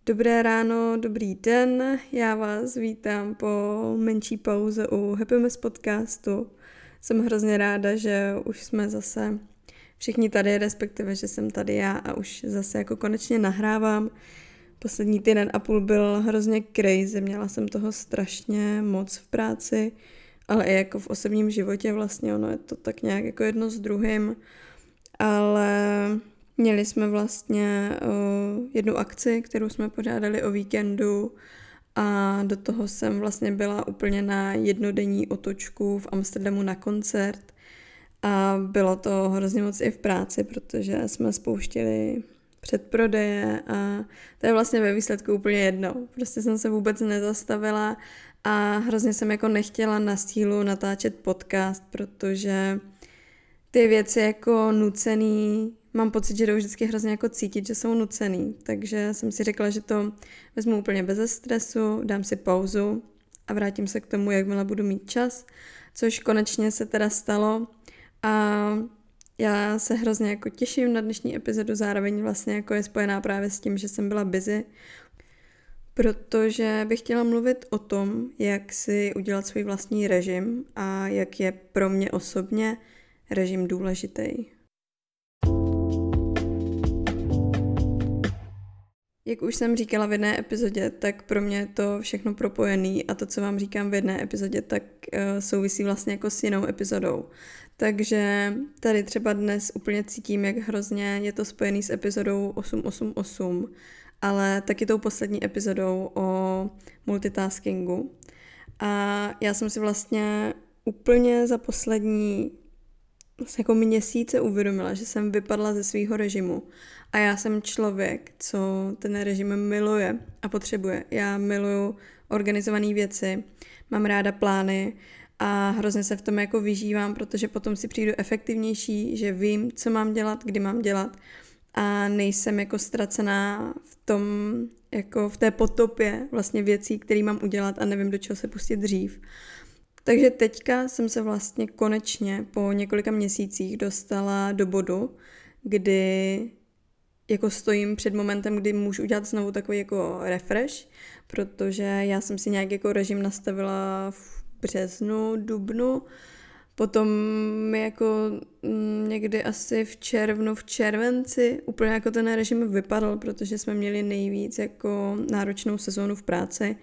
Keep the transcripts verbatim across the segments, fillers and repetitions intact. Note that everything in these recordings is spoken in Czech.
Dobré ráno, dobrý den, já vás vítám po menší pauze u Happy Mess podcastu. Jsem hrozně ráda, že už jsme zase všichni tady, respektive, že jsem tady já a už zase jako konečně nahrávám. Poslední týden a půl byl hrozně crazy, měla jsem toho strašně moc v práci, ale i jako v osobním životě vlastně, ono je to tak nějak jako jedno s druhým, ale měli jsme vlastně uh, jednu akci, kterou jsme pořádali o víkendu a do toho jsem vlastně byla úplně na jednodenní otočku v Amsterdamu na koncert a bylo to hrozně moc i v práci, protože jsme spouštěli předprodeje a to je vlastně ve výsledku úplně jedno. Prostě jsem se vůbec nezastavila a hrozně jsem jako nechtěla na sílu natáčet podcast, protože ty věci jako nucený, mám pocit, že jdou vždycky hrozně jako cítit, že jsou nucený, takže jsem si řekla, že to vezmu úplně bez stresu, dám si pauzu a vrátím se k tomu, jakmile budu mít čas, což konečně se teda stalo a já se hrozně jako těším na dnešní epizodu, zároveň vlastně jako je spojená právě s tím, že jsem byla busy, protože bych chtěla mluvit o tom, jak si udělat svůj vlastní režim a jak je pro mě osobně režim důležitý. Jak už jsem říkala v jedné epizodě, tak pro mě je to všechno propojený a to, co vám říkám v jedné epizodě, tak uh, souvisí vlastně jako s jinou epizodou. Takže tady třeba dnes úplně cítím, jak hrozně je to spojený s epizodou osm osm osm, ale taky tou poslední epizodou o multitaskingu. A já jsem si vlastně úplně za poslední vlastně jako měsíce uvědomila, že jsem vypadla ze svýho režimu a já jsem člověk, co ten režim miluje a potřebuje. Já miluju organizované věci, mám ráda plány a hrozně se v tom jako vyžívám, protože potom si přijdu efektivnější, že vím, co mám dělat, kdy mám dělat a nejsem jako ztracená v tom, jako v té potopě vlastně věcí, které mám udělat a nevím, do čeho se pustit dřív. Takže teďka jsem se vlastně konečně po několika měsících dostala do bodu, kdy jako stojím před momentem, kdy můžu udělat znovu takový jako refresh, protože já jsem si nějak jako režim nastavila v březnu, dubnu, potom jako někdy asi v červnu, v červenci úplně jako ten režim vypadl, protože jsme měli nejvíc jako náročnou sezónu v práci.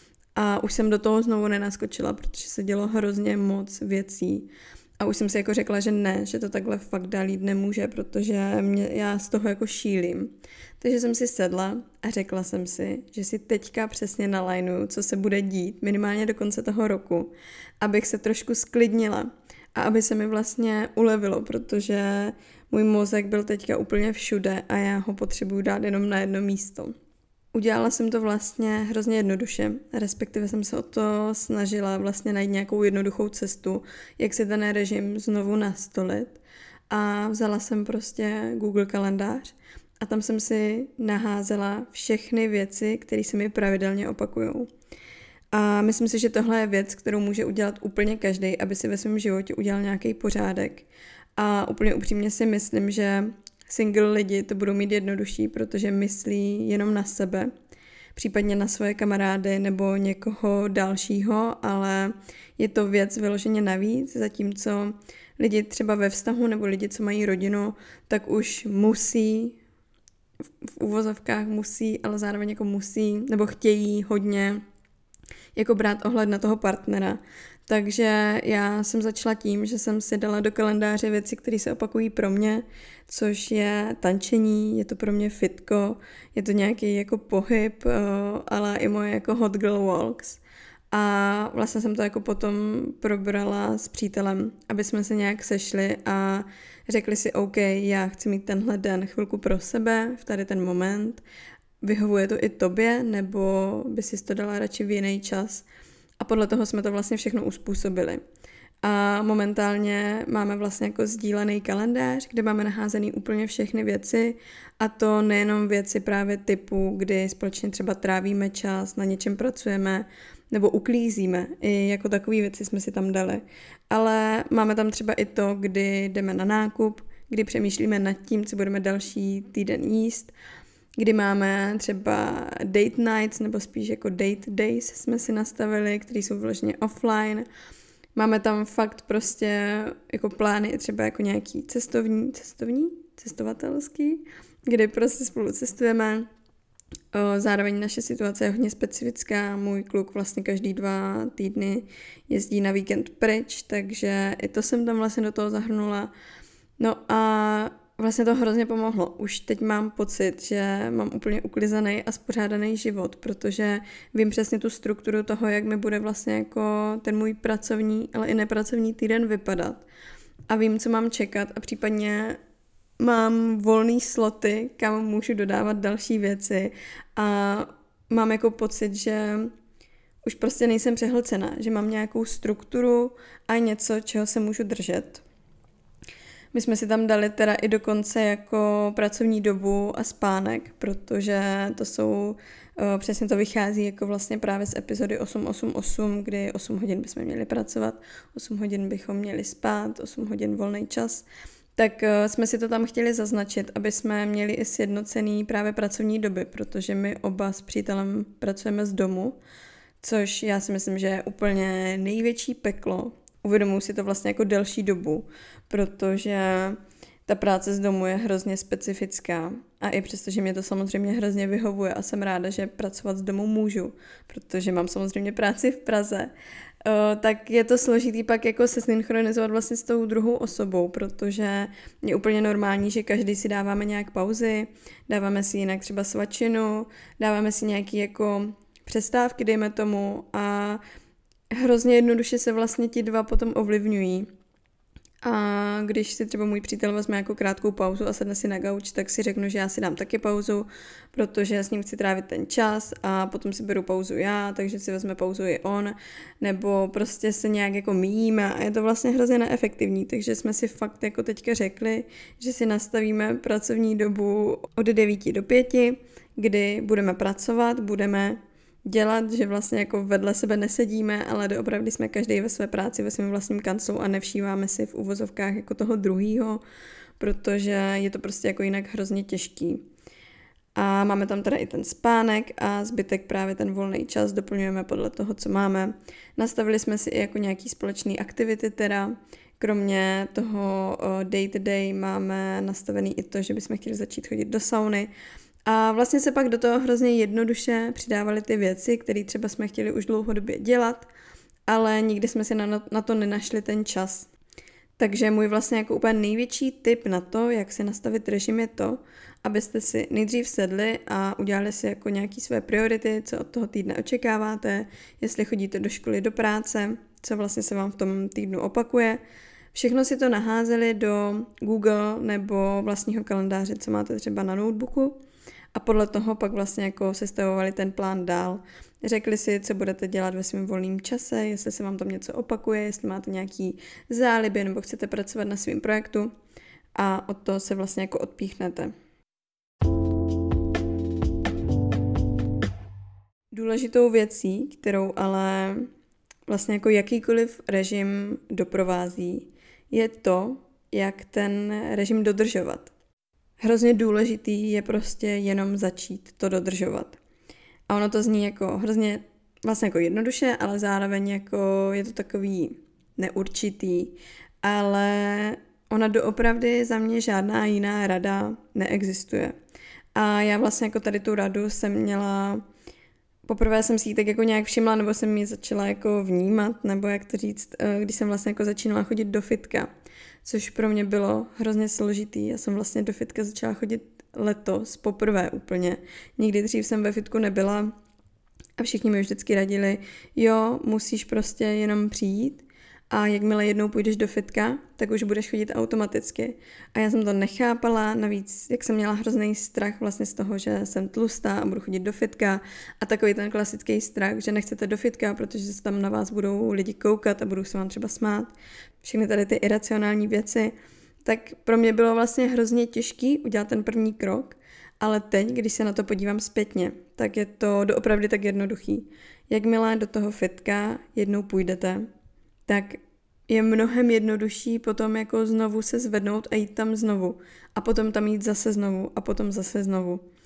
A už jsem do toho znovu nenaskočila, protože se dělo hrozně moc věcí. A už jsem si jako řekla, že ne, že to takhle fakt dál jít nemůže, protože mě, já z toho jako šílím. Takže jsem si sedla a řekla jsem si, že si teďka přesně nalajnuju, co se bude dít, minimálně do konce toho roku, abych se trošku sklidnila a aby se mi vlastně ulevilo, protože můj mozek byl teďka úplně všude a já ho potřebuju dát jenom na jedno místo. Udělala jsem to vlastně hrozně jednoduše, respektive jsem se o to snažila vlastně najít nějakou jednoduchou cestu, jak si ten režim znovu nastolit a vzala jsem prostě Google kalendář a tam jsem si naházela všechny věci, které se mi pravidelně opakujou. A myslím si, že tohle je věc, kterou může udělat úplně každý, aby si ve svém životě udělal nějaký pořádek. A úplně upřímně si myslím, že single lidi to budou mít jednodušší, protože myslí jenom na sebe, případně na svoje kamarády nebo někoho dalšího, ale je to věc vyloženě navíc, zatímco lidi třeba ve vztahu nebo lidi, co mají rodinu, tak už musí, v uvozovkách musí, ale zároveň jako musí, nebo chtějí hodně jako brát ohled na toho partnera. Takže já jsem začala tím, že jsem si dala do kalendáře věci, které se opakují pro mě, což je tančení, je to pro mě fitko, je to nějaký jako pohyb, ale i moje jako hot girl walks. A vlastně jsem to jako potom probrala s přítelem, aby jsme se nějak sešli a řekli si, OK, já chci mít tenhle den chvilku pro sebe, v tady ten moment. Vyhovuje to i tobě, nebo by si to dala radši v jiný čas? A podle toho jsme to vlastně všechno uspůsobili. A momentálně máme vlastně jako sdílený kalendář, kde máme naházený úplně všechny věci a to nejenom věci právě typu, kdy společně třeba trávíme čas, na něčem pracujeme nebo uklízíme. I jako takové věci jsme si tam dali. Ale máme tam třeba i to, kdy jdeme na nákup, kdy přemýšlíme nad tím, co budeme další týden jíst. kdy máme třeba date nights, nebo spíš jako date days jsme si nastavili, které jsou vloženě offline. Máme tam fakt prostě jako plány, třeba jako nějaký cestovní, cestovní, cestovatelský, kdy prostě spolu cestujeme. Zároveň naše situace je hodně specifická. Můj kluk vlastně každý dva týdny jezdí na víkend pryč, takže i to jsem tam vlastně do toho zahrnula. No a vlastně to hrozně pomohlo. Už teď mám pocit, že mám úplně uklizený a spořádaný život, protože vím přesně tu strukturu toho, jak mi bude vlastně jako ten můj pracovní, ale i nepracovní týden vypadat. A vím, co mám čekat a případně mám volný sloty, kam můžu dodávat další věci a mám jako pocit, že už prostě nejsem přehlcená, že mám nějakou strukturu a něco, čeho se můžu držet. My jsme si tam dali teda i dokonce jako pracovní dobu a spánek, protože to jsou, přesně to vychází jako vlastně právě z epizody osm osm osm, kdy osm hodin bychom měli pracovat, osm hodin bychom měli spát, osm hodin volný čas. Tak jsme si to tam chtěli zaznačit, aby jsme měli i sjednocený právě pracovní doby, protože my oba s přítelem pracujeme z domu, což já si myslím, že je úplně největší peklo. Uvědomuji si to vlastně jako delší dobu, protože ta práce z domu je hrozně specifická a i přesto, že mě to samozřejmě hrozně vyhovuje a jsem ráda, že pracovat z domu můžu, protože mám samozřejmě práci v Praze, tak je to složitý pak jako se synchronizovat vlastně s tou druhou osobou, protože je úplně normální, že každý si dáváme nějak pauzy, dáváme si jinak třeba svačinu, dáváme si nějaký jako přestávky, dejme tomu, a hrozně jednoduše se vlastně ti dva potom ovlivňují. A když si třeba můj přítel vezme jako krátkou pauzu a sedne si na gauč, tak si řeknu, že já si dám taky pauzu, protože s ním chci trávit ten čas a potom si beru pauzu já, takže si vezme pauzu i on, nebo prostě se nějak jako míjíme a je to vlastně hrozně neefektivní, takže jsme si fakt jako teďka řekli, že si nastavíme pracovní dobu od devíti do pěti, kdy budeme pracovat, budeme dělat, že vlastně jako vedle sebe nesedíme, ale doopravdy jsme každý ve své práci, ve svém vlastním kanclu a nevšímáme si v uvozovkách jako toho druhýho, protože je to prostě jako jinak hrozně těžký. A máme tam teda i ten spánek a zbytek právě ten volný čas doplňujeme podle toho, co máme. Nastavili jsme si i jako nějaký společný aktivity teda. Kromě toho day to day máme nastavený i to, že bychom chtěli začít chodit do sauny. A vlastně se pak do toho hrozně jednoduše přidávaly ty věci, které třeba jsme chtěli už dlouhodobě dělat, ale nikdy jsme si na, na to nenašli ten čas. Takže můj vlastně jako úplně největší tip na to, jak si nastavit režim, je to, abyste si nejdřív sedli a udělali si jako nějaké své priority, co od toho týdne očekáváte, jestli chodíte do školy, do práce, co vlastně se vám v tom týdnu opakuje. Všechno si to naházeli do Google nebo vlastního kalendáře, co máte třeba na notebooku. A podle toho pak vlastně jako sestavovali ten plán dál. Řekli si, co budete dělat ve svém volném čase, jestli se vám tam něco opakuje, jestli máte nějaký záliby nebo chcete pracovat na svém projektu a od toho se vlastně jako odpíchnete. Důležitou věcí, kterou ale vlastně jako jakýkoliv režim doprovází, je to, jak ten režim dodržovat. Hrozně důležitý je prostě jenom začít to dodržovat. A ono to zní jako hrozně vlastně jako jednoduše, ale zároveň jako je to takový neurčitý, ale ona doopravdy za mě žádná jiná rada neexistuje. A já vlastně jako tady tu radu jsem měla, poprvé jsem si ji tak jako nějak všimla, nebo jsem ji začala jako vnímat, nebo jak to říct, když jsem vlastně jako začínala chodit do fitka, což pro mě bylo hrozně složitý. Já jsem vlastně do fitka začala chodit letos, poprvé úplně. Nikdy dřív jsem ve fitku nebyla a všichni mi vždycky radili, jo, musíš prostě jenom přijít a jakmile jednou půjdeš do fitka, tak už budeš chodit automaticky. A já jsem to nechápala, navíc, jak jsem měla hrozný strach vlastně z toho, že jsem tlustá a budu chodit do fitka a takový ten klasický strach, že nechcete do fitka, protože se tam na vás budou lidi koukat a budou se vám třeba smát. Všechny tady ty iracionální věci, tak pro mě bylo vlastně hrozně těžký udělat ten první krok, ale teď, když se na to podívám zpětně, tak je to doopravdy tak jednoduchý. Jakmile do toho fitka jednou půjdete, tak je mnohem jednodušší potom jako znovu se zvednout a jít tam znovu a potom tam jít zase znovu a potom zase znovu.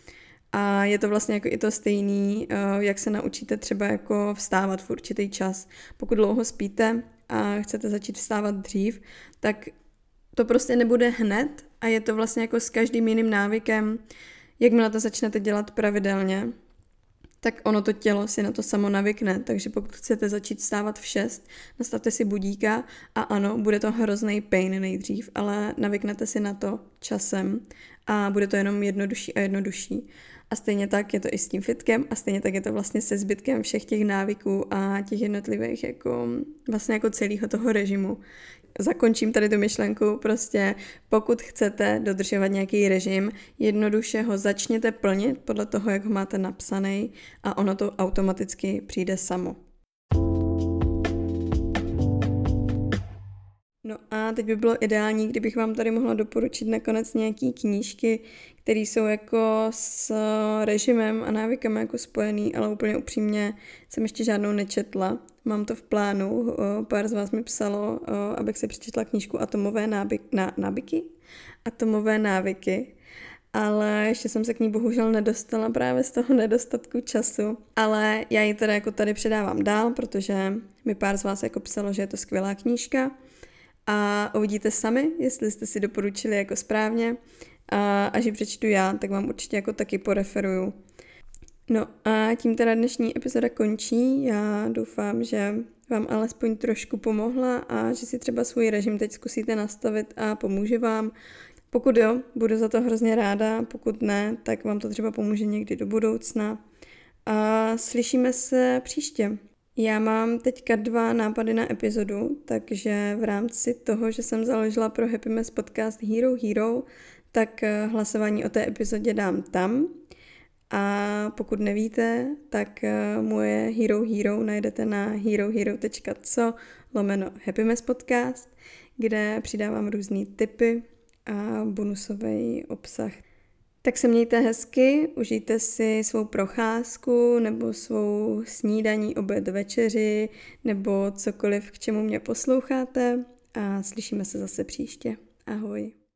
A je to vlastně jako i to stejný, jak se naučíte třeba jako vstávat v určitý čas. Pokud dlouho spíte a chcete začít vstávat dřív, tak to prostě nebude hned a je to vlastně jako s každým jiným návykem. Jakmile to začnete dělat pravidelně, tak ono to tělo si na to samo navykne. Takže pokud chcete začít vstávat v šest, nastavte si budíka a ano, bude to hrozný pain nejdřív, ale navyknete si na to časem a bude to jenom jednodušší a jednodušší. A stejně tak je to i s tím fitkem a stejně tak je to vlastně se zbytkem všech těch návyků a těch jednotlivých jako vlastně jako celého toho režimu. Zakončím tady tu myšlenku, prostě pokud chcete dodržovat nějaký režim, jednoduše ho začněte plnit podle toho, jak ho máte napsaný a ono to automaticky přijde samo. No a teď by bylo ideální, kdybych vám tady mohla doporučit nakonec nějaký knížky, které jsou jako s režimem a návykama jako spojený, ale úplně upřímně jsem ještě žádnou nečetla. Mám to v plánu, pár z vás mi psalo, abych si přečetla knížku Atomové nábyk, ná, nábyky? Atomové návyky. Ale ještě jsem se k ní bohužel nedostala právě z toho nedostatku času. Ale já ji teda jako tady předávám dál, protože mi pár z vás jako psalo, že je to skvělá knížka. A uvidíte sami, jestli jste si doporučili jako správně. A až ji přečtu já, tak vám určitě jako taky poreferuju. No a tím teda dnešní epizoda končí. Já doufám, že vám alespoň trošku pomohla a že si třeba svůj režim teď zkusíte nastavit a pomůže vám. Pokud jo, budu za to hrozně ráda, pokud ne, tak vám to třeba pomůže někdy do budoucna. A slyšíme se příště. Já mám teďka dva nápady na epizodu, takže v rámci toho, že jsem založila pro Happy Mess podcast Hero Hero, tak hlasování o té epizodě dám tam. A pokud nevíte, tak moje Hero Hero najdete na herohero tečka co lomeno Happy Mess podcast, kde přidávám různý tipy a bonusový obsah. Tak se mějte hezky, užijte si svou procházku nebo svou snídaní, oběd, večeři nebo cokoliv, k čemu mě posloucháte a slyšíme se zase příště. Ahoj.